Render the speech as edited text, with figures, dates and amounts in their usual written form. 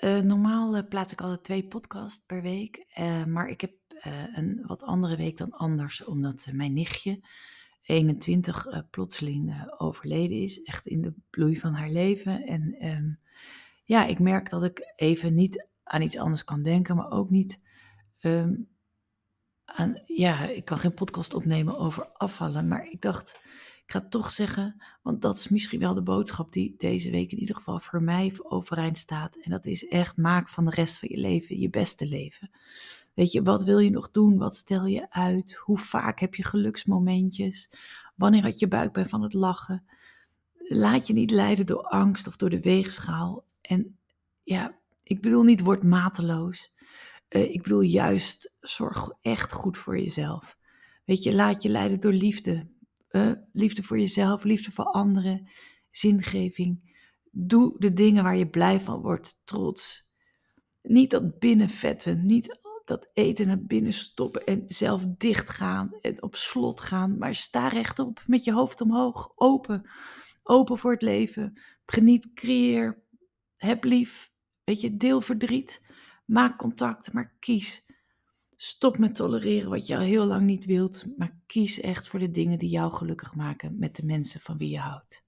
Normaal plaats ik altijd 2 podcasts per week, maar ik heb een wat andere week dan anders, omdat mijn nichtje, 21, plotseling overleden is, echt in de bloei van haar leven. En ja, ik merk dat ik even niet aan iets anders kan denken, maar ook niet ehm, ja, ik kan geen podcast opnemen over afvallen, maar ik dacht, ik ga het toch zeggen, want dat is misschien wel de boodschap die deze week in ieder geval voor mij overeind staat. En dat is echt, maak van de rest van je leven je beste leven. Weet je, wat wil je nog doen? Wat stel je uit? Hoe vaak heb je geluksmomentjes? Wanneer had je buikpijn van het lachen? Laat je niet leiden door angst of door de weegschaal. En ja, ik bedoel niet word mateloos. Ik bedoel juist, zorg echt goed voor jezelf. Weet je, laat je leiden door liefde. Liefde voor jezelf, liefde voor anderen, zingeving. Doe de dingen waar je blij van wordt, trots. Niet dat binnenvetten, niet dat eten naar binnen stoppen en zelf dichtgaan en op slot gaan, maar sta rechtop met je hoofd omhoog, open. Open voor het leven. Geniet, creëer, heb lief. Weet je, deel verdriet. Maak contact, maar kies. Stop met tolereren wat je al heel lang niet wilt, maar kies echt voor de dingen die jou gelukkig maken met de mensen van wie je houdt.